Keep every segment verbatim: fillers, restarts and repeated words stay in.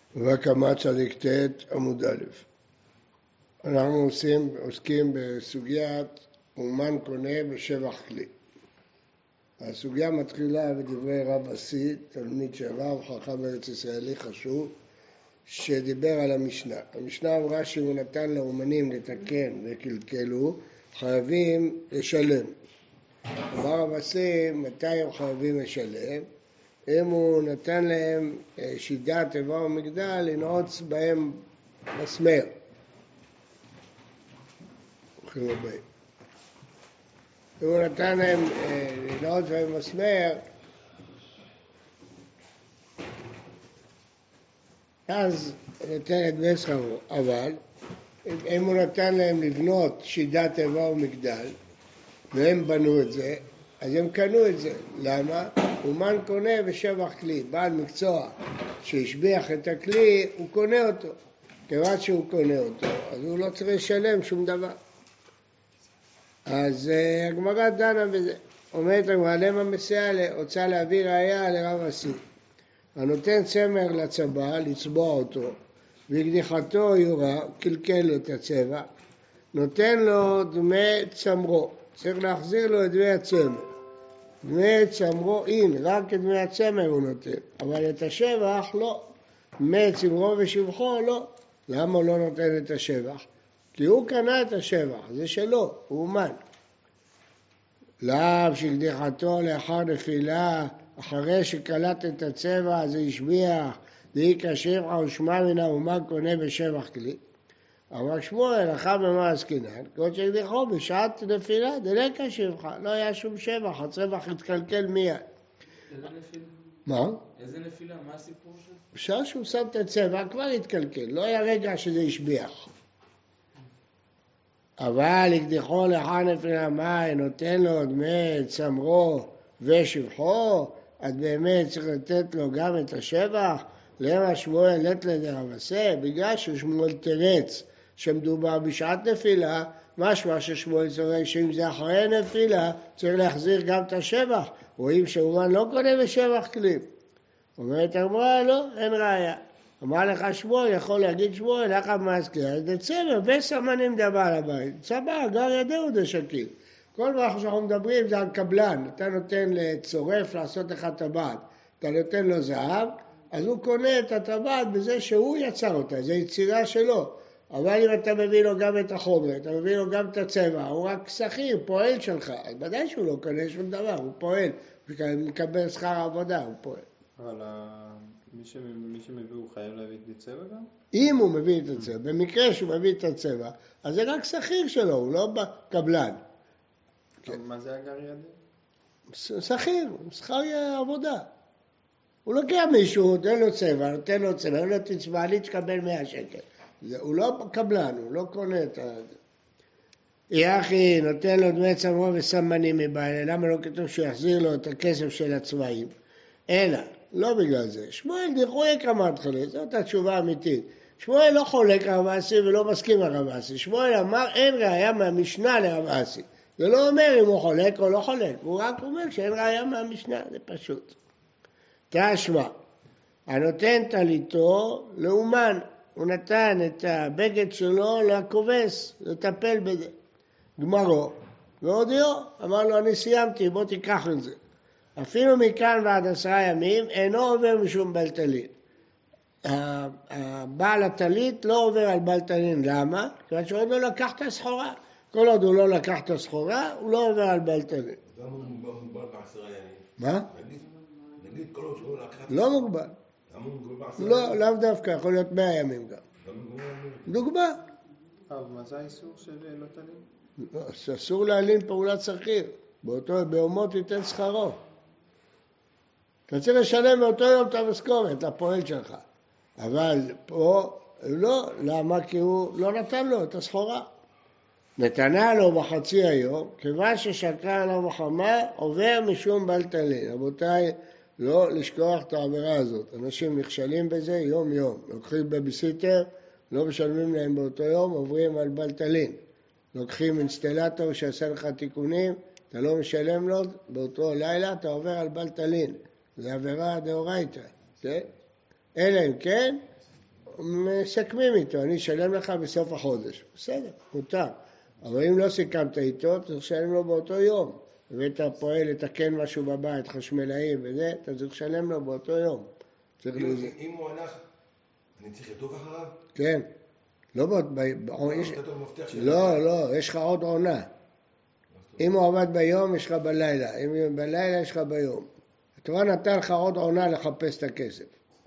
והקמת צדיק ת' עמוד א'. אנחנו עושים, עוסקים בסוגיית אומן קונה בשבח כלי. הסוגיה מתחילה בדברי רב אסי, תלמיד של רב חכם ארץ ישראלי חשוב, שדיבר על המשנה. המשנה אמרה שהוא נתן לאומנים לתקן וקלקלו, חייבים לשלם. אמר רב אסי, מתי הם חייבים לשלם? אם הוא נתן להם שידה, תיבה ומגדל, לנעוץ בהם מסמר. אם הוא נתן להם לנעוץ בהם מסמר, אז נתן את דמי שכרו. אבל אם הוא נתן להם לבנות שידה, תיבה ומגדל, והם בנו את זה, אז הם קנו את זה. למה? אומן קונה בשבח כלי. בעל מקצוע שהשביח את הכלי, הוא קונה אותו. כיוון שהוא קונה אותו, אז הוא לא צריך לשלם שום דבר. אז uh, הגמרא דנה בזה. אומרת הגמרא, למה מסייע רוצה להביא ראיה לרב אסי. הנותן צמר לצבא, לצבוע אותו, והקדיחתו יורה, קלקל את הצבע, נותן לו דמי צמרו. צריך להחזיר לו את דמי הצמר. דמי צמרו אין, רק את דמי הצמר הוא נותן, אבל את השבח לא. דמי צמרו ושבחו לא. למה הוא לא נותן את השבח? כי הוא קנה את השבח, זה שלו, הוא אומן. לאו שקדיחתו לאחר נפילה, אחרי שקלט את הצבע, זה השביח, דאיכא שבחא ושמע מן האומן קונה בשבח כלי. אבל שמואל, אחר במה עסקינן, כל שקדיחו בשעת נפילה, דלקא שבחא, לא היה שום שבח, הצבח התקלקל מיד. איזה נפילה? מה? איזה נפילה? מה הסיפור שלו? בשעה שהוא שם את הצבע, כבר התקלקל, לא היה רגע שזה השביח. אבל הקדיחו לאחר נפילה מים, נותן לו דמי צמרו ושבחו, אז באמת צריך לתת לו גם את השבח. למה שמואל נטלה דרב אסי? בגלל ששמואל תרץ שמדובר בשעת נפילה, משמע ששמואל צורך שאם זה אחרי נפילה, צריך להחזיר גם את השבח. רואים שאומן לא קונה בשבח כלים. אומרת הגמרא, לא, אין ראיה. אמר לך שמואל, יכול להגיד שמואל, איך המזכיר, זה צמר וסמנים דבר הבית. צבא, גר ידעו דשקיל. כל מה שאנחנו מדברים זה על קבלן. אתה נותן לצורף לעשות לך טבעת. אתה נותן לו זהב, אז הוא קונה את הטבעת בזה שהוא יצר אותה, זו יצירה שלו. אבל אם אתה מביא לו גם את החומר, אתה מביא לו גם את הצבע, הוא רק שכיר, פועל שלך. אז ודאי שהוא לא קונה שום דבר, הוא פועל. הוא מקבל שכר עבודה, הוא פועל. אבל מי שמביא הוא חייב להביא את הצבע גם? אם הוא מביא את הצבע, במקרה שהוא מביא את הצבע, אז זה רק שכיר שלו, הוא לא קבלן. מה זה הגר ידי? שכיר, שכר עבודה. הוא לוקח מישהו, נותן לו צבע, נותן לו צבע, נותן לו תצבע לי, תקבל מאה שקל. הוא לא קבלן, הוא לא קונה את זה. יחי, נותן לו דמי צמרו וסמנים מבעלה, למה לא כתוב שהוא יחזיר לו את הכסף של הצבעים? אלא, לא בגלל זה. שמואל דחוי כמה תחילת, זאת התשובה האמיתית. שמואל לא חולק רב אסי ולא מסכים לרב אסי. שמואל אמר, אין ראיה מהמשנה לרב אסי. זה לא אומר אם הוא חולק או לא חולק, הוא רק אומר שאין ראיה מהמשנה, זה פשוט. תשמע, הנותן טליתו לאומן, הוא נתן את הבגד שלו לכובס, לטפל בזה. גמרו, והודיעו, אמר לו, אני סיימתי, בוא תיקח את זה. אפילו מכאן ועד עשרה ימים, אינו עובר משום בלטלין. הבעל הטלית לא עובר על בלטלין, למה? כי הוא עוד לא לקח את הסחורה. כל עוד הוא לא לקח את הסחורה, הוא לא עובר על בלטלין. למה הוא מוגבל בעשרה ימים? מה? נגיד כל עוד שהוא לקח... לא מוגבל. למה הוא מוגבל בעשרה לא, ימים? לאו דווקא, יכול להיות מאה ימים גם. דוגמה. אבל מה זה האיסור של לא תלין? אסור להלין פעולת שכיר. באותו, ביומות ייתן שכרו. אתה צריך לשלם באותו יום את המשכורת לפועל שלך. אבל פה לא, למה? כי הוא לא נתן לו את הסחורה. נתנה לו בחצי היום, כיוון ששקעה עליו החמה, עובר משום בלטלין. רבותיי, לא לשכוח את העבירה הזאת. אנשים נכשלים בזה יום יום. לוקחים בביסיטר, לא משלמים להם באותו יום, עוברים על בלטלין. לוקחים אינסטלטור שעשה לך תיקונים, אתה לא משלם לו, באותו לילה אתה עובר על בלטלין. זה עבירה דאורייתא, כן? אלא אם כן, מסכמים איתו, אני אשלם לך בסוף החודש. בסדר, מותר. אבל אם לא סיכמת איתו, צריך לשלם לו באותו יום. ואתה פועל לתקן משהו בבית, חשמלאים וזה, אתה צריך לשלם לו באותו יום. צריך אם- לזה. אם הוא הלך, אני צריך לרדוף אחריו? כן. לא בעוד... ב- ב- יש- נתת לו מפתח של- לא, לא, יש לך עוד עונה. אם הוא עבד ביום, יש לך בלילה. אם בלילה, יש לך ביום. התורה נתן לך עוד עונה לחפש את הכסף.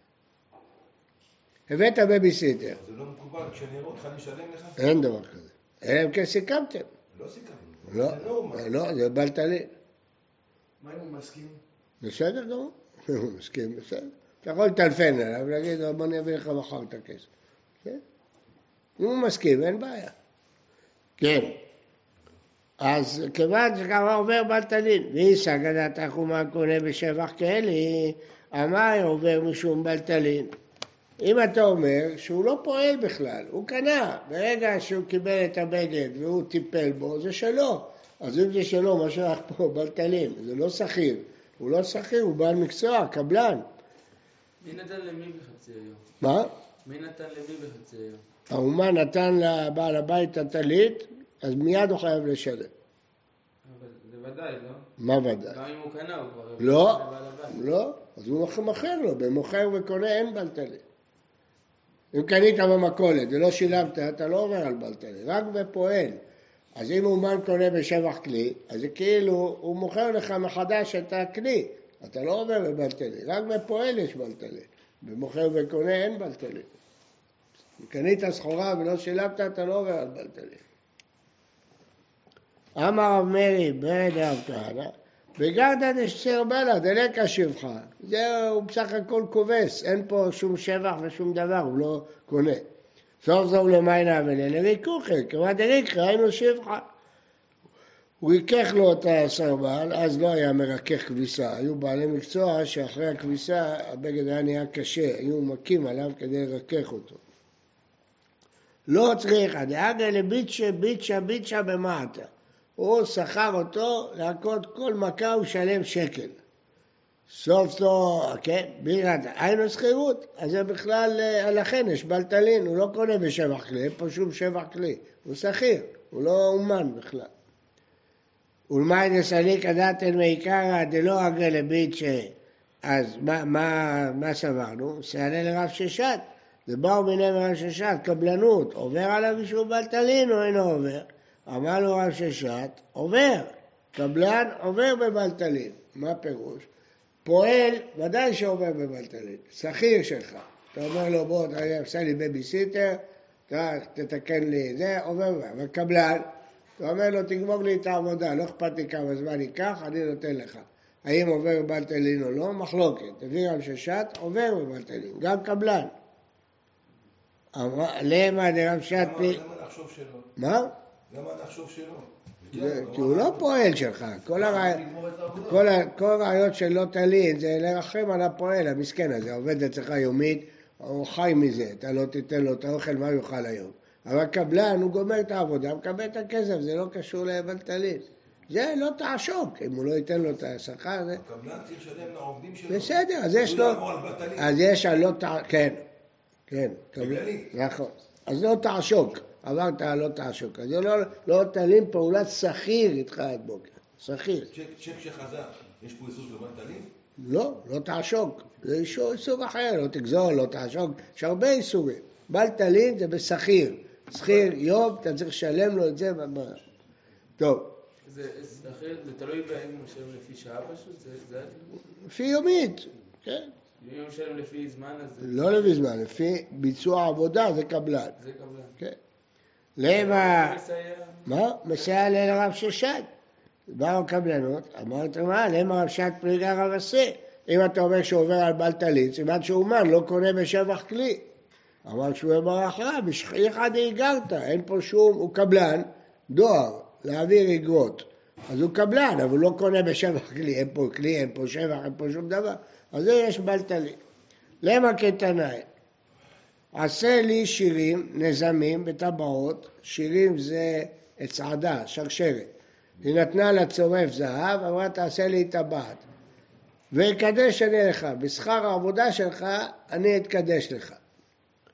הבאת בייביסיטר. זה לא מקובל, כשאני אראה אותך אני אשלם לך? אין דבר כזה. אלא אם כן סיכמתם. לא סיכמנו. לא, זה נורמה. לא, זה בלטלי. מה אם הוא מסכים? בסדר גמור. הוא מסכים, בסדר. אתה יכול לטלפן עליו ולהגיד לו, בוא אני אביא לך מחר את הכסף. כן? אם הוא מסכים, אין בעיה. כן. אז כיוון שכבר עובר בלטלין, ואיסא גדת החומה קונה בשבח כאלה, אמר עובר משום בלטלין. אם אתה אומר שהוא לא פועל בכלל, הוא קנה, ברגע שהוא קיבל את הבגד והוא טיפל בו, זה שלו. אז אם זה שלו, מה שלך פה, בלטלין, זה לא שכיר. הוא לא שכיר, הוא בעל מקצוע, קבלן. מי נתן למי בחצי היום? מה? מי נתן למי בחצי היום? האומן נתן לבעל הבית הטלית, אז מיד הוא חייב לשלם. אבל זה ודאי, לא? מה ודאי? גם אם הוא קנה, הוא כבר... לא, לבעל הבית. לא, אז הוא מוכר לו, במוכר וקונה אין בלטלית. אם קנית במכולת ולא שילמת, אתה לא עובר על בלטלית, רק בפועל. אז אם אומן קונה בשבח כלי, אז זה כאילו הוא מוכר לך מחדש את הכלי, אתה לא עובר בבלטלית, רק בפועל יש בלטלית, במוכר וקונה אין בלטלית. אם קנית סחורה ולא שילמת, אתה לא עובר על בלטלית. אמר רב מרי ברד רב כהנא, בגרדא דשצר בלע דלקה שבחה, זהו בסך הכל כובס, אין פה שום שבח ושום דבר, הוא לא קונה. סוף סוף למיינה ולריכוכי, כמה דריקה היינו שבחה. הוא ריכך לו את הסרבל, אז לא היה מרכך כביסה, היו בעלי מקצוע שאחרי הכביסה הבגד היה נהיה קשה, היו מכים עליו כדי לרכך אותו. לא צריכה, דאגה לביטשה, ביטשה, ביטשה במעטה. הוא שכר אותו להכות כל מכה ושלם שקל. סוף סוף, כן, בירת, היינו שכירות, אז זה בכלל לכן יש בלטלין, הוא לא קונה בשבח כלי, אין פה שום שבח כלי, הוא שכיר, הוא לא אומן בכלל. ולמאי דסליק הדתן מעיקרא דלא אגרה לביטשה, אז מה, מה, מה סברנו? שעלה לרב ששת, זה באו מיני מרב ששת, קבלנות, עובר עליו אישור בלטלין או אינו עובר? אמר לו רב ששת, עובר, קבלן עובר בבלטלין, מה פירוש? פועל, ודאי שעובר בבלטלין, שכיר שלך, אתה אומר לו בוא, אתה עושה לי בייביסיטר, אתה תתקן לי זה, עובר, אבל קבלן, אתה אומר לו תגמור לי את העבודה, לא אכפת לי כמה זמן ייקח, אני נותן לך. האם עובר בבלטלין או לא? מחלוקת, תביא רב ששת, עובר בבלטלין, גם קבלן. למה דרב שת פי... למה לחשוב שלא? מה? למה לחשוב שלא? זה- כי הוא לא פועל שלך, כל הרעי- כל ה- כל הרעיות של לא תלין זה לרחם על הפועל, המסכן הזה, עובד אצלך יומית, הוא חי מזה, אתה לא תיתן לו את האוכל, מה יאכל היום? אבל קבלן, הוא גומר את העבודה, מקבל את הכסף, זה לא קשור לבלטלין. זה לא תעשוק, אם הוא לא ייתן לו את השכר, זה... הקבלן צריך לשלם לעובדים שלו. בסדר, אז יש הוא לו... יעבור על בלטלין. אז יש על לא תע... כן, כן. בגללי. נכון. אז לא תעשוק, עברת על לא תעשוק. אז זה לא, לא תלין פעולת שכיר איתך עד בוקר. שכיר. צ'ק צ'ק שחזר, יש פה איסור של בלטלין? לא, לא תעשוק. זה איסור, איסור אחר, לא תגזול, לא תעשוק. יש הרבה איסורים. בלטלין זה בשכיר. שכיר יום, אתה צריך לשלם לו את זה. טוב, זה זה אחרת, זה תלוי באם הוא משלם לפי שעה פשוט, זה זה התלוי. לפי יומית. כן. אם הוא משלם לפי זמן, אז זה לא לפי זמן, לפי ביצוע עבודה זה קבלן. זה קבלן. כן. למה... מסייע? מה? מסייע לרב ששת. באו קבלנות, אמרת מה? למה רב שת פריגה רב עשה? אם אתה אומר שהוא עובר על בלטלין, סימן שהוא אומן, לא קונה בשבח כלי. אמר שהוא אמר אחריו, בשכיחא דאיגרתא, אין פה שום, הוא קבלן, דואר, להעביר איגרות. אז הוא קבלן, אבל הוא לא קונה בשבח כלי, אין פה כלי, אין פה שבח, אין פה שום דבר. אז זה יש בלטלין. למה כתנאי? עשה לי שירים, נזמים וטבעות, שירים זה הצעדה, שרשרת. היא נתנה לצורף זהב, אמרה תעשה לי טבעת. ויקדש אני לך, בשכר העבודה שלך אני אתקדש לך.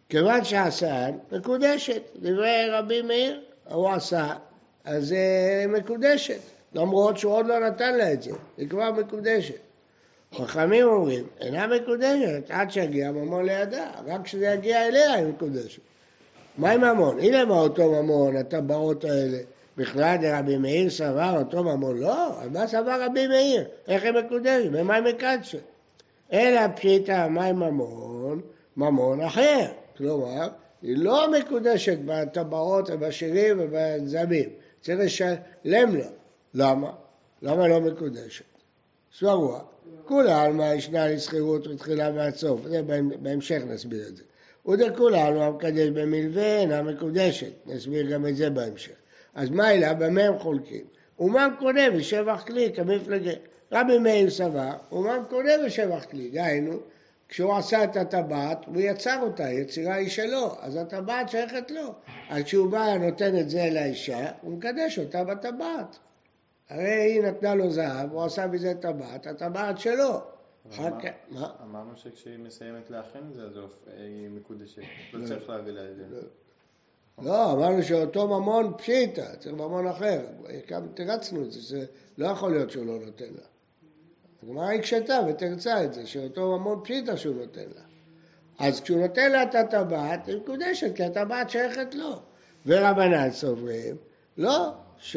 כיוון שעשן, מקודשת. דברי רבי מאיר, הוא עשה, אז זה מקודשת. למרות שהוא עוד לא נתן לה את זה, היא כבר מקודשת. חכמים אומרים, אינה מקודשת עד שיגיע ממון לידה, רק כשזה יגיע אליה היא מקודשת. מה עם ממון? הנה מה אותו ממון, הטבעות האלה. בכלל רבי מאיר סבר אותו ממון? לא, אז מה סבר רבי מאיר? איך היא מקודשת? במה היא מקדשת? אלא פשיטה, מה עם ממון? ממון אחר. כלומר, היא לא מקודשת בטבעות ובשירים ובזמים. צריך לשלם לה. למה? למה לא מקודשת? סברה. כולה עלמא ישנה לסחירות ותחילה ועד סוף. זה בהמשך נסביר את זה. ודכולה עלמא מקדש במלווה אינה מקודשת. נסביר גם את זה בהמשך. אז מה אלא? במה הם חולקים? אומם קונה ושבח כלי כמפלגה. רבי מאיר סבר, אומם קונה ושבח כלי. דהיינו, כשהוא עשה את הטבעת, הוא יצר אותה, יצירה היא שלו, אז הטבעת שייכת לו. אז כשהוא בא נותן את זה לאישה, הוא מקדש אותה בטבעת. הרי היא נתנה לו זהב, הוא עשה בזה טבעת, הטבעת שלו. מה? אמרנו שכשהיא מסיימת להכין את זה, אז היא מקודשת. לא צריך להביא לה את זה. לא, אמרנו שאותו ממון פשיטה, צריך ממון אחר. גם תרצנו את זה, זה לא יכול להיות שהוא לא נותן לה. הגמרא היא קשתה ותרצה את זה, שאותו ממון פשיטה שהוא נותן לה. אז כשהוא נותן לה את הטבעת, היא מקודשת, כי הטבעת שייכת לו. ורבנן סוברים, לא,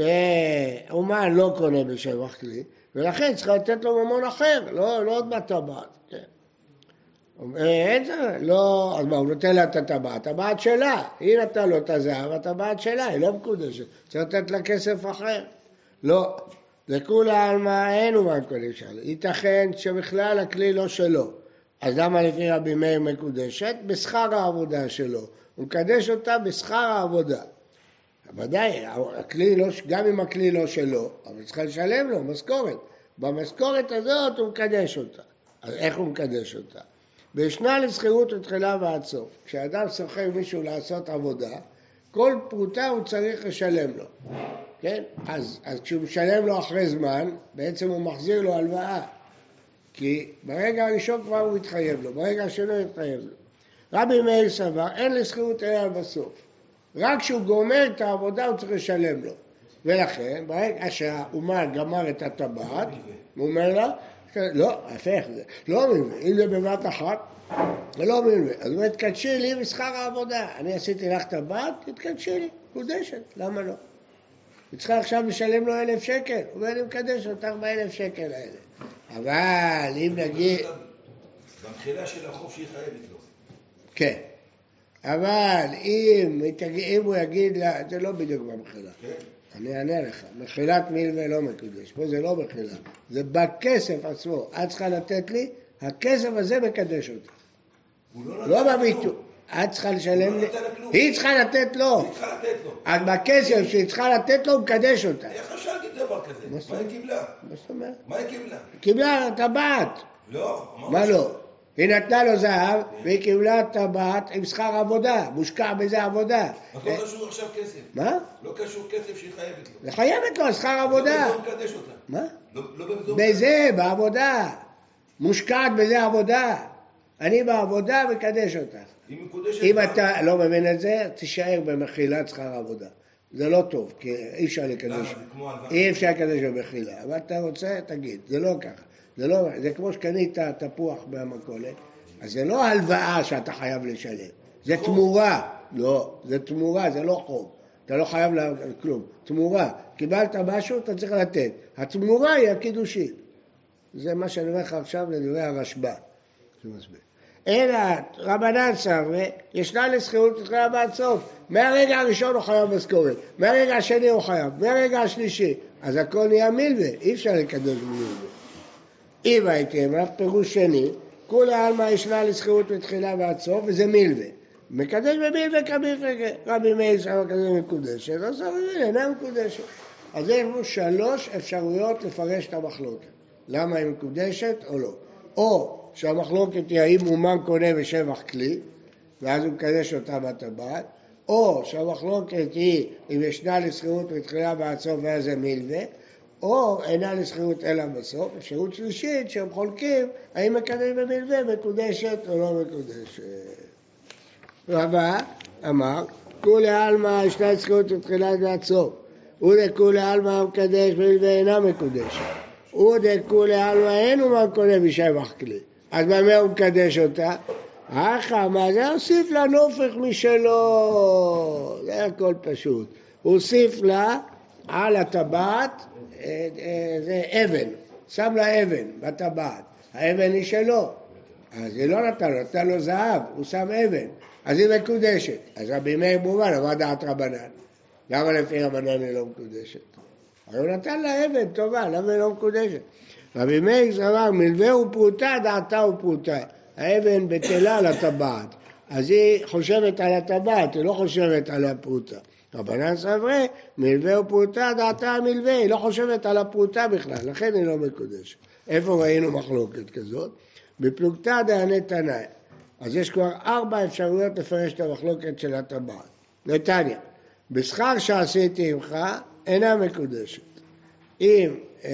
שאומן לא קונה בשבח כלי, ולכן צריך לתת לו ממון אחר, לא, לא עוד בטבעת. כן. אין זה, לא, אז מה, הוא נותן לה את הטבעת, הטבעת שלה, היא נתנה לו את הזהב, הטבעת שלה, היא לא מקודשת, צריך לתת לה כסף אחר. לא, לכולה עלמא אין אומן קונה שלו, ייתכן שבכלל הכלי לא שלו, אז למה לפי רבי מאיר מקודשת? בשכר העבודה שלו, הוא מקדש אותה בשכר העבודה. ודאי, הכלי לא, גם אם הכלי לא שלו, אבל צריך לשלם לו משכורת. במשכורת הזאת הוא מקדש אותה. אז איך הוא מקדש אותה? וישנה לסחירות ותחילה ועד סוף. כשאדם שוכר מישהו לעשות עבודה, כל פרוטה הוא צריך לשלם לו. כן? אז, אז כשהוא משלם לו אחרי זמן, בעצם הוא מחזיר לו הלוואה. כי ברגע הראשון כבר הוא התחייב לו, ברגע השני הוא התחייב לו. רבי מאיר סבר, אין לסחירות אלא בסוף. רק כשהוא גומר את העבודה הוא צריך לשלם לו. ולכן, ברגע שהאומן גמר את הטבעת, הוא אומר לה, לא, הפך זה, לא מלווה, אם זה בבת אחת, זה לא מלווה. אז הוא אומר, תקדשי לי בשכר העבודה. אני עשיתי לך טבעת, תתקדשי לי, קודשת, למה לא? היא צריכה עכשיו לשלם לו אלף שקל, הוא אומר, אני מקדש אותך באלף שקל האלה. אבל אם נגיד... במחילה של החוב שהיא חייבת לו. כן. אבל אם, אם הוא יגיד לה, זה לא בדיוק במחילה. כן. אני אענה לך, מחילת מלווה לא מקודש, פה זה לא מחילה, זה בכסף עצמו, את צריכה לתת לי, הכסף הזה מקדש אותי. לא בביטוי, את צריכה לשלם לי, היא צריכה לתת לו, היא צריכה לתת לו. אז בכסף שהיא צריכה לתת לו, הוא מקדש אותה. איך אפשר להגיד דבר כזה? מה היא קיבלה? מה זאת אומרת? מה היא קיבלה? קיבלה טבעת. לא. מה לא? היא נתנה לו זהב, והיא קיבלה טבעת עם שכר עבודה, מושקע בזה עבודה. אז לא קשור עכשיו כסף. מה? לא קשור כסף שהיא חייבת לו. זה חייבת לו, שכר עבודה. לא במזום מקדש אותה. מה? לא במזום. בזה, בעבודה. מושקעת בזה עבודה. אני בעבודה מקדש אותך. היא מקודשת. אם אתה לא מבין את זה, תישאר במחילת שכר עבודה. זה לא טוב, כי אי אפשר לקדש. אי אפשר לקדש במחילה. אבל אתה רוצה, תגיד. זה לא ככה. זה לא, זה כמו שקנית תפוח במכולת, אז זה לא הלוואה שאתה חייב לשלם. זה תמורה. לא, זה תמורה, זה לא חוב. אתה לא חייב לה כלום. תמורה. קיבלת משהו, אתה צריך לתת. התמורה היא הקידושית. זה מה שאני אומר לך עכשיו לדברי הרשב"א. אלא רבנן סברי, ישנה לסחירות ותחילה ועד סוף. מהרגע הראשון הוא חייב משכורת, מהרגע השני הוא חייב, מהרגע השלישי. אז הכל נהיה מלווה, אי אפשר לקדש מלווה. אם הייתי אמר, פירוש שני, כולה עלמא ישנה לסחירות ותחילה ועד סוף, וזה מלווה. מקדש במלווה כמפלגה. רבי מאיר סבא כזה מקודשת, לא סבא אינה מקודשת. אז יש לנו שלוש אפשרויות לפרש את המחלוקת. למה היא מקודשת או לא. או שהמחלוקת היא האם אומן קונה ושבח כלי, ואז הוא מקדש אותה בטבעת, או שהמחלוקת היא אם ישנה לסחירות ותחילה ועד סוף ואז זה מלווה, או אינה לסחירות אלא בסוף. אפשרות שלישית שהם חולקים האם מקדש במלווה מקודשת או לא מקודשת. רבה אמר, כולי עלמא ישנה זכות לתחילת ועד סוף. ודכולי עלמא המקדש מלווה אינה מקודשת. ודכולי עלמא אין הוא מקודש בשבח כלי. אז במה הוא מקדש אותה? אחא, מה זה? הוסיף לה נופך משלו. זה הכל פשוט. הוא הוסיף לה על הטבעת, זה אבן. שם לה אבן בטבעת. האבן היא שלו. אז היא לא נתן לו, נתן לו זהב, הוא שם אבן. אז היא מקודשת. אז רבי מאיר מובן, מה דעת רבנן? למה לפי רבנן היא לא מקודשת? אבל הוא נתן לה אבן טובה, למה היא לא מקודשת? רבי מאיר אמר, מלווה ופרוטה, דעתה ופרוטה. האבן בטלה על הטבעת. אז היא חושבת על הטבעת, היא לא חושבת על הפרוטה. רבנן סברי, מלווה ופרוטה, דעתה המלווה, היא לא חושבת על הפרוטה בכלל, לכן היא לא מקודשת. איפה ראינו מחלוקת כזאת? בפלוגתא דעני תנאי. אז יש כבר ארבע אפשרויות לפרש את המחלוקת של הטבעת. נתניה, בשכר שעשיתי עמך אינה מקודשת. אם אה,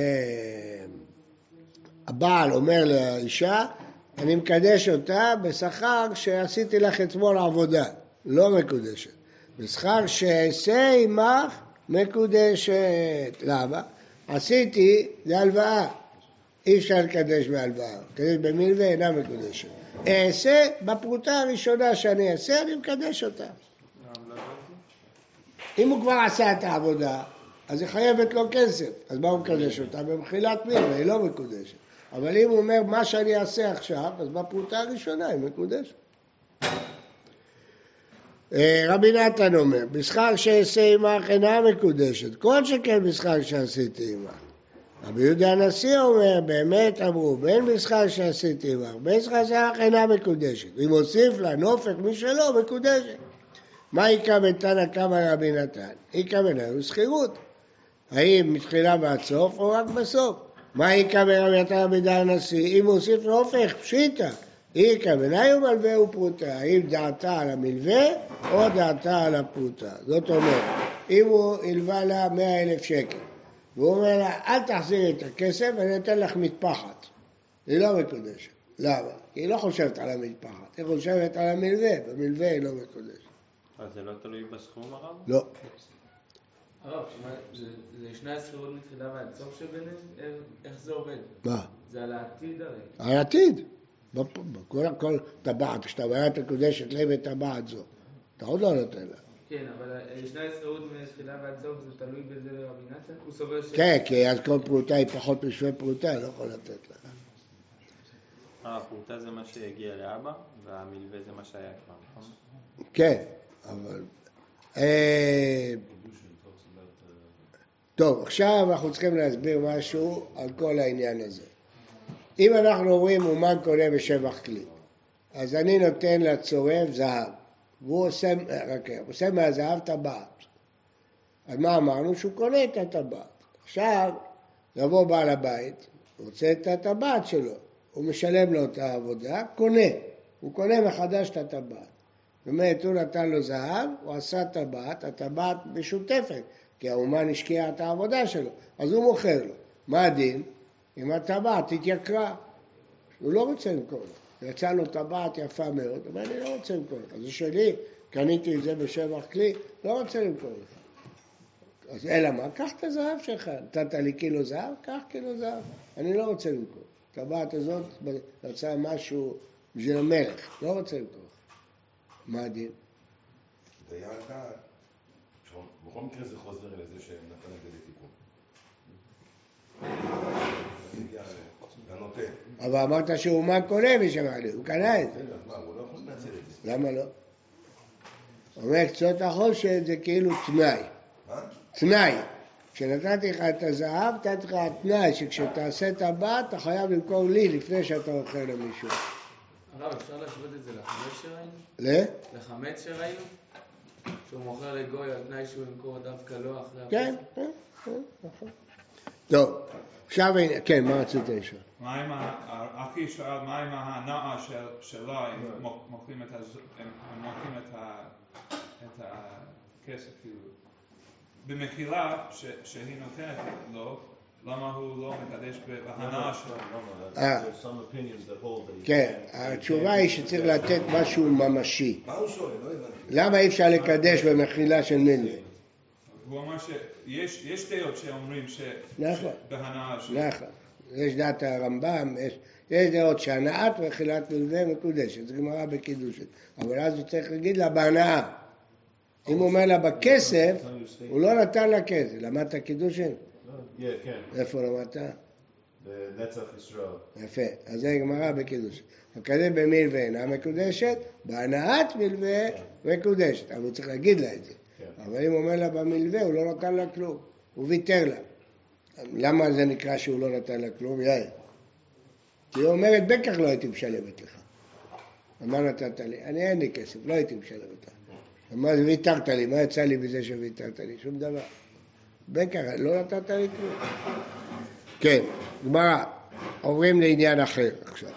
הבעל אומר לאישה, אני מקדש אותה בשכר שעשיתי לך אתמול עבודה, לא מקודשת. בשכר שעשה עמך מקודשת. למה? עשיתי זה הלוואה. אי אפשר לקדש בהלוואה, לקדש במלווה אינה מקודשת. אעשה בפרוטה הראשונה שאני אעשה, אני מקדש אותה. אם הוא כבר עשה את העבודה, אז היא חייבת לו כסף. אז מה הוא מקדש אותה? במחילת מלווה, היא לא מקודשת. אבל אם הוא אומר מה שאני אעשה עכשיו, אז בפרוטה הראשונה היא מקודשת. רבי נתן אומר, בשכר שעשה עמך אינה מקודשת, כל שכן בשכר שעשיתי עמך. רבי יהודה הנשיא אומר, באמת אמרו, בין בשכר שעשיתי עמך, בין בשכר שעמך אינה מקודשת. אם הוסיף לה נופך משלו, מקודשת. מה יקרא בתנא קמא רבי נתן? יקרא בנהו שכירות. האם מתחילה ועד סוף או רק בסוף? מה יקרא ברבי נתן רבי יהודה הנשיא? אם הוסיף נופך, פשיטא. יקרא בנהו מלווה ופרוטה. האם דעתה על המלווה או דעתה על הפרוטה? זאת אומרת, אם הוא הלווה לה מאה אלף שקל, והוא אומר לה, אל תחזירי את הכסף, אני אתן לך מטפחת. היא לא מקודשת. למה? כי היא לא חושבת על המטפחת, היא חושבת על המלווה, במלווה היא לא מקודשת. אז זה לא תלוי בסכום הרב? לא. הרב, זה ישנה השכירות מתחילה ועד סוף שביניהם? איך זה עובד? מה? זה על העתיד הרי. על העתיד. כל הכל טבעת, כשאתה בעיית מקודשת לב את טבעת זו. אתה עוד לא נותן לה. כן, אבל ישנה השכירות מתחילה ועד סוף, זה תלוי בזה לרבי נתן? הוא סובר ש... כן, כי אז כל פרוטה היא פחות משווה פרוטה, לא יכול לתת לה. אה, הפרוטה זה מה שהגיע לאבא, והמלווה זה מה שהיה כבר, נכון? כן, אבל... טוב, עכשיו אנחנו צריכים להסביר משהו על כל העניין הזה. אם אנחנו אומרים אומן קונה בשבח כלי, אז אני נותן לצורף זהב, והוא עושה, רק, עושה מהזהב טבעת. אז מה אמרנו? שהוא קונה את הטבעת. עכשיו, לבוא בעל הבית, רוצה את הטבעת שלו, הוא משלם לו את העבודה, קונה. הוא קונה מחדש את הטבעת. זאת אומרת, הוא נתן לו זהב, הוא עשה טבעת, הטבעת משותפת, כי האומן השקיע את העבודה שלו, אז הוא מוכר לו. מה הדין? אם הטבעת התייקרה, הוא לא רוצה למכור לו. יצא לו טבעת יפה מאוד, אבל אני לא רוצה למכור לך. זה שלי, קניתי את זה בשבח כלי, לא רוצה למכור לך. אז אלא מה? קח את הזהב שלך. נתת לי קילו זהב, קח קילו זהב. אני לא רוצה למכור. הטבעת הזאת רצה משהו בשביל המלך, לא רוצה למכור. מה הדין? דיין כאן, בכל מקרה זה חוזר לזה שנתן את זה לתיקון. לנותן. אבל אמרת שהוא מה קונה בשבח כלי, הוא קנה את זה. אז מה, הוא לא יכול לנצל את זה. למה לא? הוא אומר, קצות החושת זה כאילו תנאי. מה? תנאי. כשנתתי לך את הזהב, נתתי לך התנאי שכשתעשה את הבת, אתה חייב למכור לי לפני שאתה אוכל למישהו. הרב, אפשר להשוות את זה לחמץ שראינו? ל? לחמץ שראינו? שהוא מוכר לגוי על תנאי שהוא ימכור דווקא לא אחרי... כן, כן, נכון. טוב, עכשיו, כן, מה רצית לשאול? מה עם, אחי שאל, מה עם ההנאה שלה, הם מוכרים את הכסף, כאילו, במחילה שהיא נותנת לו, למה הוא לא מקדש בהנאה שלו? אה. כן, התשובה היא שצריך לתת משהו ממשי. מה הוא שואל? לא הבנתי. למה אי אפשר לקדש במחילה של מילווה? הוא אמר שיש יש דעות שאומרים נכון. שבהנאה שלו. נכון. יש דעת הרמב"ם, יש, יש דעות שהנאת ומחילת מילווה מקודשת, זה גמרא בקידושת. אבל אז הוא צריך להגיד לה בהנאה. אם הוא אומר לה בכסף, הוא לא נתן לה כסף. למדת קידושין? כן. איפה למדת? בנצח ישראל. יפה, אז זה גמרא בקידושין. הקדש במילווה אינה מקודשת, בהנאת מילווה מקודשת. אבל הוא צריך להגיד לה את זה. אבל אם הוא אומר לה במילווה, הוא לא נתן לה כלום. הוא ויתר לה. למה זה נקרא שהוא לא נתן לה כלום? יאיר. כי היא אומרת, בכך לא הייתי משלמת לך. מה נתת לי? אני אין לי כסף, לא הייתי משלמת לך. מה זה ויתרת לי? מה יצא לי בזה שוויתרת לי? שום דבר. בכך, לא נתת לי כלום. כן, גמרא. עוברים לעניין אחר עכשיו.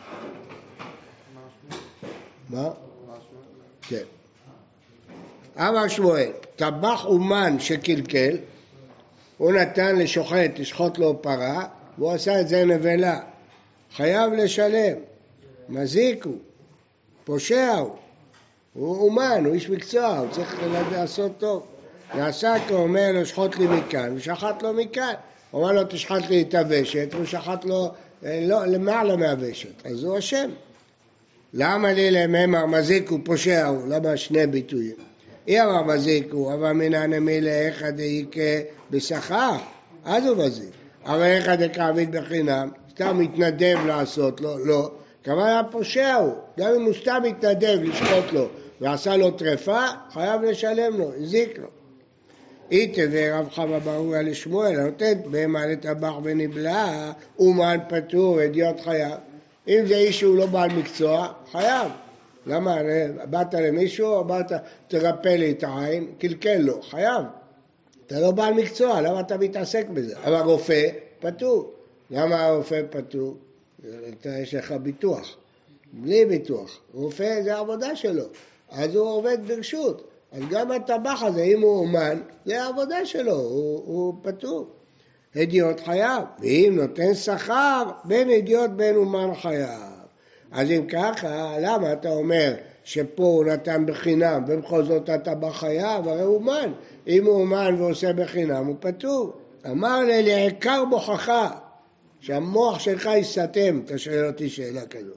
מה? כן. אמר שמואל, טבח אומן שקלקל, הוא נתן לשוחט, לשחוט לו פרה, והוא עשה את זה נבלה. חייב לשלם. מזיק הוא, פושע הוא. הוא אומן, הוא איש מקצוע, הוא צריך לעשות טוב. נעשה כאומר לו, שחוט לי מכאן, ושחט לו מכאן. הוא אמר לו, תשחט לי את הוושת, והוא שחט לו לא, למעלה מהוושת. אז הוא אשם. למה לי למאמר מזיק הוא, פושע הוא? למה שני ביטויים? אי אמר מזיק הוא, אבל מנענה מילה אחד דאיקה בשכר, אז הוא מזיק. אבל אחד דקעביד בחינם, סתם מתנדב לעשות לו, לא. כמה היה פושע הוא, גם אם הוא סתם מתנדב לשחוט לו, ועשה לו טרפה, חייב לשלם לו, הזיק לו. איתה ורב חמא ברורה לשמואל, הנותנת בהמה לטבח ונבלה, אומן פטור, אדיוט חייב. אם זה איש שהוא לא בעל מקצוע, חייב. למה? באת למישהו או באת תרפא לי את העין? קלקל לו, חייב. אתה לא בעל מקצוע, למה אתה מתעסק בזה? אבל רופא פטור. למה הרופא פטור? אתה יש לך ביטוח. בלי ביטוח. רופא זה העבודה שלו. אז הוא עובד ברשות. אז גם הטבח הזה, אם הוא אומן, זה העבודה שלו, הוא, הוא פטור. הדיוט חייב. ואם נותן שכר, בין הדיוט בין אומן חייב. אז אם ככה, למה אתה אומר שפה הוא נתן בחינם, ובכל זאת אתה בחייב, הרי הוא אומן. אם הוא אומן ועושה בחינם, הוא פטור. אמר לי, לעיקר מוכחה, שהמוח שלך יסתם, אתה שואל אותי שאלה כזאת.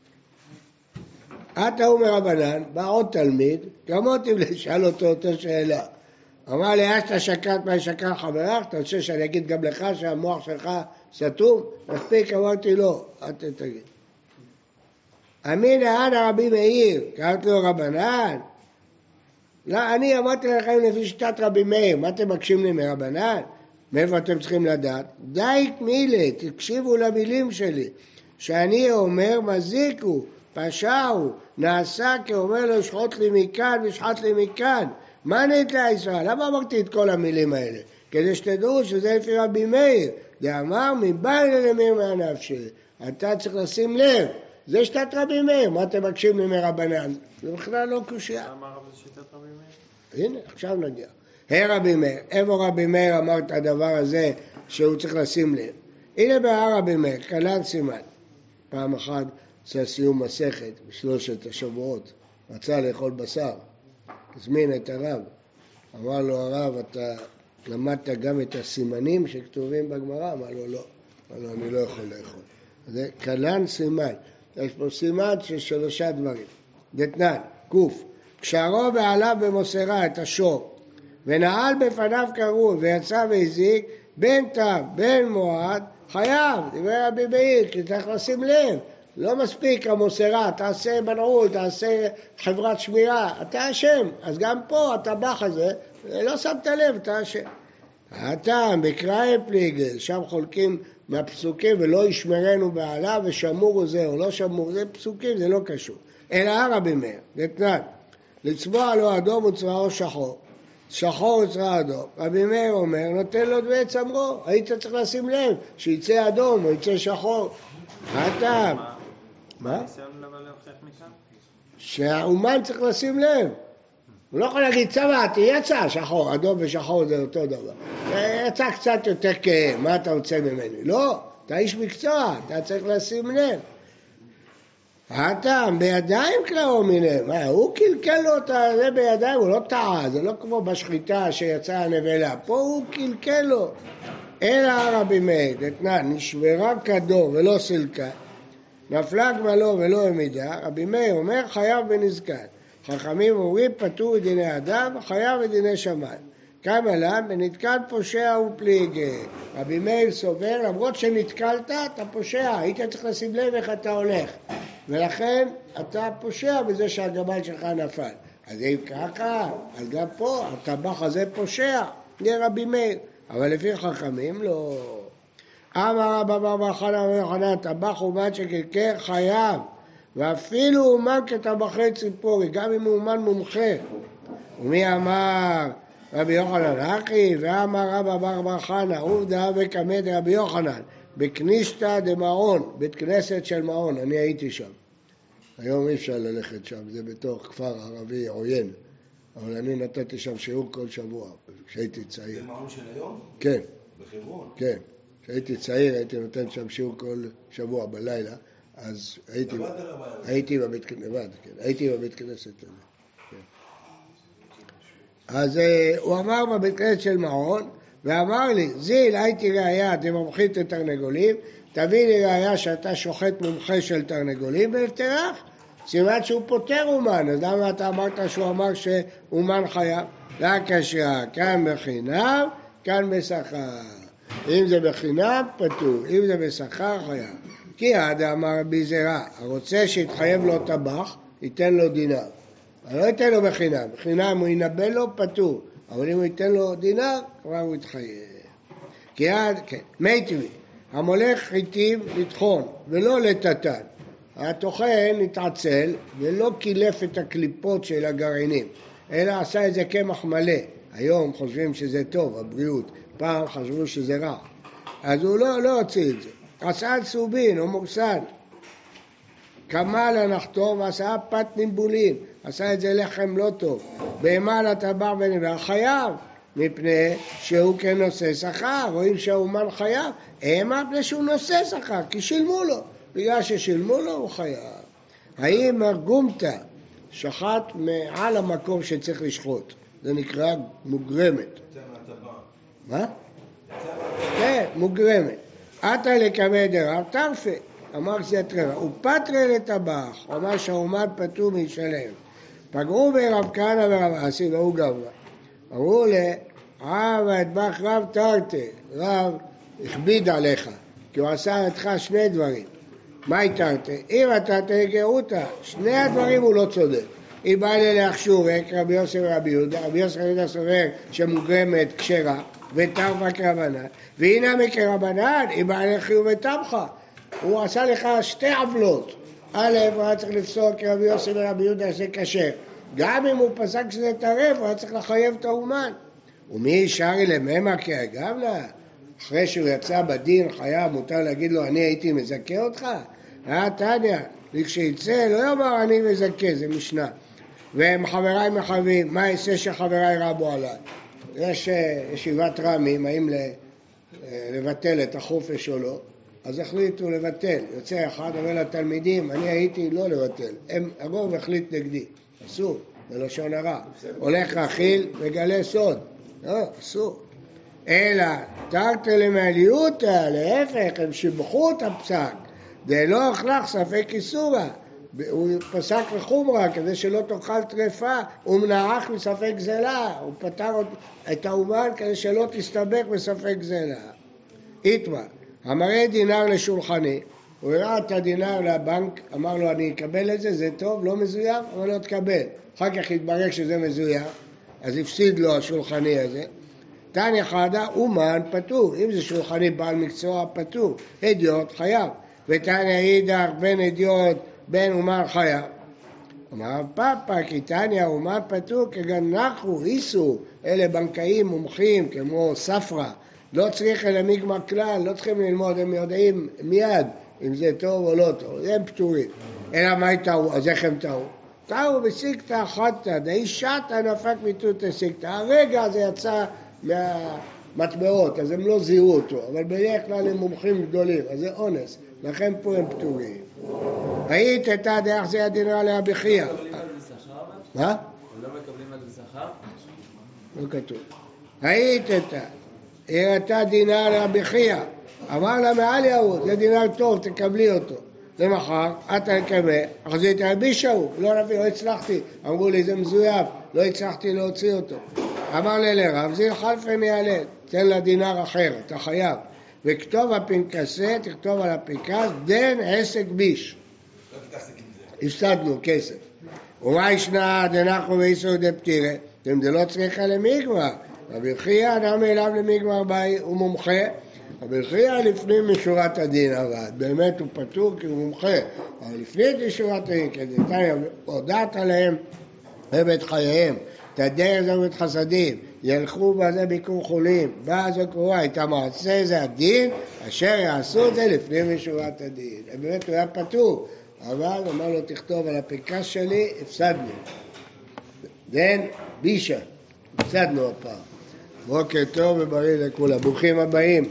אתה אומר רבנן, בא עוד תלמיד, גם אותי לשאל אותו אותה שאלה. אמר לי, אשתה שקרת מה שקר חברך, אתה רוצה שאני אגיד גם לך שהמוח שלך סתום? מספיק, אמרתי לא, אל תגיד. אמינא אנא רבי מאיר, קראת לו רבנן? לא, אני אמרתי לכם לפי שיטת רבי מאיר, מה אתם מקשים לי מרבנן? מאיפה אתם צריכים לדעת? די מילה, תקשיבו למילים שלי, שאני אומר מזיק הוא, פשע הוא, נעשה כאומר לו שחוט לי מכאן ושחט לי מכאן. מה נתלה ישראל? למה אמרתי את כל המילים האלה? כדי שתדעו שזה לפי רבי מאיר, דאמר מבעל למיר מהנפשי. אתה צריך לשים לב. זה שיטת רבי מאיר, מה אתם מקשים לי מרבנן? זה בכלל לא קושיה. מה אמר רבי שיטת רבי מאיר? הנה, עכשיו נגיע. היי רבי מאיר, איפה רבי מאיר אמר את הדבר הזה שהוא צריך לשים לב? הנה בהר רבי מאיר, כלל סימן. פעם אחת עשה סיום מסכת בשלושת השבועות, רצה לאכול בשר, הזמין את הרב. אמר לו הרב, אתה למדת גם את הסימנים שכתובים בגמרא? אמר לו לא. אמר לו, אני לא יכול לאכול. זה כלל סימן. יש פה סימן של שלושה דברים. דתנן, קוף, קשרו ועליו במוסרה את השור, ונעל בפניו קרוי ויצא והזיק, בין תו, בין מועד, חייב, דבר רבי מאיר, כי צריך לשים לב. לא מספיק המוסרה, תעשה בנעול, תעשה חברת שמירה, אתה אשם. אז גם פה הטבח הזה, לא שמת לב, אתה אשם. הטעם, בקראי פליגל, שם חולקים מהפסוקים, ולא ישמרנו בעלה, ושמור זה או לא שמור, זה פסוקים, זה לא קשור. אלא רבי מאיר, דתנן, לצבוע לו אדום וצבעו שחור, שחור וצבע אדום. רבי מאיר אומר, נותן לו דמי צמרו, היית צריך לשים לב, שיצא אדום או יצא שחור. הטעם. מה? שהאומן צריך לשים לב. הוא לא יכול להגיד צבעתי, יצא שחור, אדום ושחור זה אותו דבר. יצא קצת יותר כהה, מה אתה רוצה ממני? לא, אתה איש מקצוע, אתה צריך לשים לב. הטעם בידיים קראו מיניהם, מה, הוא קלקל לו את זה בידיים, הוא לא טעה, זה לא כמו בשחיטה שיצאה הנבלה, פה הוא קלקל לו. אלא רבי מאיר, דתנן, נשברה כדור ולא סילקה, נפלה גמלו ולא העמידה, רבי מאיר אומר חייב בנזקן. חכמים אומרים פטור מדיני אדם, חייב מדיני שמיים. כמה לן, בנתקל פושע ופליגה. רבי מאיר סובר, למרות שנתקלת, אתה פושע, היית צריך לשים לב איך אתה הולך. ולכן אתה פושע בזה שהגמל שלך נפל. אז אם ככה, אז גם פה, הטבח הזה פושע, זה רבי מאיר. אבל לפי חכמים לא. אמר רבא בר בר חנא ויוחנן, טבח אומן שקלקל חייב, ואפילו אומן כטבחי ציפורי, גם אם הוא אומן מומחה. ומי אמר רבי יוחנן אחי, ואמר רבא בר בר חנא, עובדא וקמא דרבי יוחנן, בכנישתא דמעון, בית כנסת של מעון, אני הייתי שם. היום אי אפשר ללכת שם, זה בתוך כפר ערבי עוין, אבל אני נתתי שם שיעור כל שבוע, כשהייתי צעיר. זה מעון של היום? כן. בחברון? כן. כשהייתי צעיר הייתי נותן שם שיעור כל שבוע בלילה, אז הייתי, הייתי בבית כנסת, כן, הייתי בבית כנסת הזה. כן. אז הוא אמר בבית כנסת של מעון, ואמר לי, זיל, הייתי ראייה, אתם מומחית לתרנגולים, תביא לי ראייה שאתה שוחט מומחה של תרנגולים בהפטרך, סימן שהוא פותר אומן, אז למה אתה אמרת שהוא אמר שאומן חייב? רק השעה, כאן בחינם, כאן בשכר. אם זה בחינם, פטור, אם זה בשכר, חייב. כי עד אמר רבי זרע, הרוצה שיתחייב לו טבח, ייתן לו דינר. אבל לא ייתן לו בחינם, בחינם הוא ינבא לו, פטור. אבל אם הוא ייתן לו דינר, כבר הוא יתחייב. כי עד, כן, מי טבעי, המולך חיטים לטחון, ולא לטטן. הטוחן התעצל, ולא קילף את הקליפות של הגרעינים, אלא עשה איזה קמח מלא. היום חושבים שזה טוב, הבריאות. פעם חשבו שזה רע. אז הוא לא, לא הוציא את זה. עשה סובין או מורסן. כמה לנחתו ועשה פת ניבולים. עשה את זה לחם לא טוב. בהמה לטבח ונבלה חייב. מפני שהוא כנושא שכר. רואים שהאומן חייב. המה מפני שהוא נושא שכר. כי שילמו לו. בגלל ששילמו לו הוא חייב. האם מרגומתה שחט מעל המקום שצריך לשחוט. זה נקרא מוגרמת. מה? כן, מוגרמת. עתה לקמא דרב טרפה, אמר שזה טרפה. הוא פטרה לטבח, הוא אמר שהאומן פטור משלם. פגעו ברב כהנא ורב אסי והוא גברה. אמרו לרב האטבח רב תרתה, רב הכביד עליך, כי הוא עשה איתך שני דברים. מה התרת? אם אתה תגעותה, שני הדברים הוא לא צודק. אם בא לי להכשורק, רבי יוסף ורבי יהודה, רבי יוסף ורבי יהודה סובר שמוגרמת כשרה, וטרפה כרבנן, והנה מכרבנן, אם בא לי חיוב וטבחה. הוא עשה לך שתי עוולות. א', הוא היה צריך לפסוק רבי יוסף ורבי יהודה זה כשר. גם אם הוא פסק שזה טרף, הוא היה צריך לחייב את האומן. ומי שרי לממה כאגב לה? אחרי שהוא יצא בדין חייב, מותר להגיד לו, אני הייתי מזכה אותך? היה תניא, וכשיצא לא יאמר אני מזכה, זה משנה. והם חבריי מחייבים, מה יעשה שחבריי רבו עליי? יש ישיבת רמים, האם לבטל את החופש או לא, אז החליטו לבטל. יוצא אחד, אומר לתלמידים, אני הייתי לא לבטל. הם, הרוב החליט נגדי, אסור, זה לשון הרע. הולך רכיל וגלה סוד, לא, אסור. אלא תרתי למעליותא, להפך, הם שיבחו את הפסק, ולא אכלך ספק איסורא. הוא פסק לחומרה כדי שלא תאכל טרפה, הוא מנעך מספק גזלה, הוא פתר את האומן כדי שלא תסתבך בספק גזלה. איתמה, המראה דינר לשולחני, הוא הראה את הדינר לבנק, אמר לו אני אקבל את זה, זה טוב, לא מזויף, אבל לא תקבל. אחר כך התברר שזה מזויף, אז הפסיד לו השולחני הזה. תניא חדא, אומן פטור, אם זה שולחני בעל מקצוע פטור, הדיוט חייב, ותניא אידך בין הדיוט בין אומן חייב. אמר פאפה, כי תניא אומן פטור כגן נחו, איסו, אלה בנקאים מומחים כמו ספרה, לא צריך אלא מגמר כלל, לא צריכים ללמוד, הם יודעים מיד אם זה טוב או לא טוב, הם פטורים. אלא מה טעו? אז איך הם טעו? טעו בסיקתא אחתא, דאי שתא נפק מיתותא סיקתא, הרגע זה יצא מה, מטבעות, אז הם לא זיהו אותו, אבל בדרך כלל הם מומחים גדולים, אז זה אונס, לכן פה הם פטורים. היית את הדרך זה הדינר לרבי חייא. לא מקבלים על זה שכר? מה? לא מקבלים על זה שכר? לא כתוב. היית את הראתה דינר לרבי חייא. אמר לה מעל יהוד, זה דינר טוב, תקבלי אותו. למחר, אתה לקבל, אחזית הלבישה הוא, לא נביא, לא הצלחתי. אמרו לי, זה מזויף, לא הצלחתי להוציא אותו. אמר לי לרב, זיל חלפן יעלה, תן לה דינר אחר, אתה חייב. וכתוב הפנקסה, תכתוב על הפנקס, דן עסק ביש. לא תתעסק עם זה. הפסדנו כסף. ומה ישנה דנחנו ואיסור דפטירה? אם זה לא צריכה למיגמר. רבי חייא אדם אליו למיגמר באי, הוא מומחה. רבי חייא לפנים משורת הדין אבל, באמת הוא פטור כי הוא מומחה. אבל לפנים משורת הדין, כדי הודעת עליהם בבית חייהם, תדר זה בית חסדים, ילכו בזה ביקור חולים, באה זו קרואה, את המעשה זה הדין, אשר יעשו את זה לפנים משורת הדין. באמת הוא היה פטור, אבל אמר לו תכתוב על הפנקס שלי, הפסדנו. דן בישה, הפסדנו הפעם. בוקר טוב ובריא לכולם, ברוכים הבאים.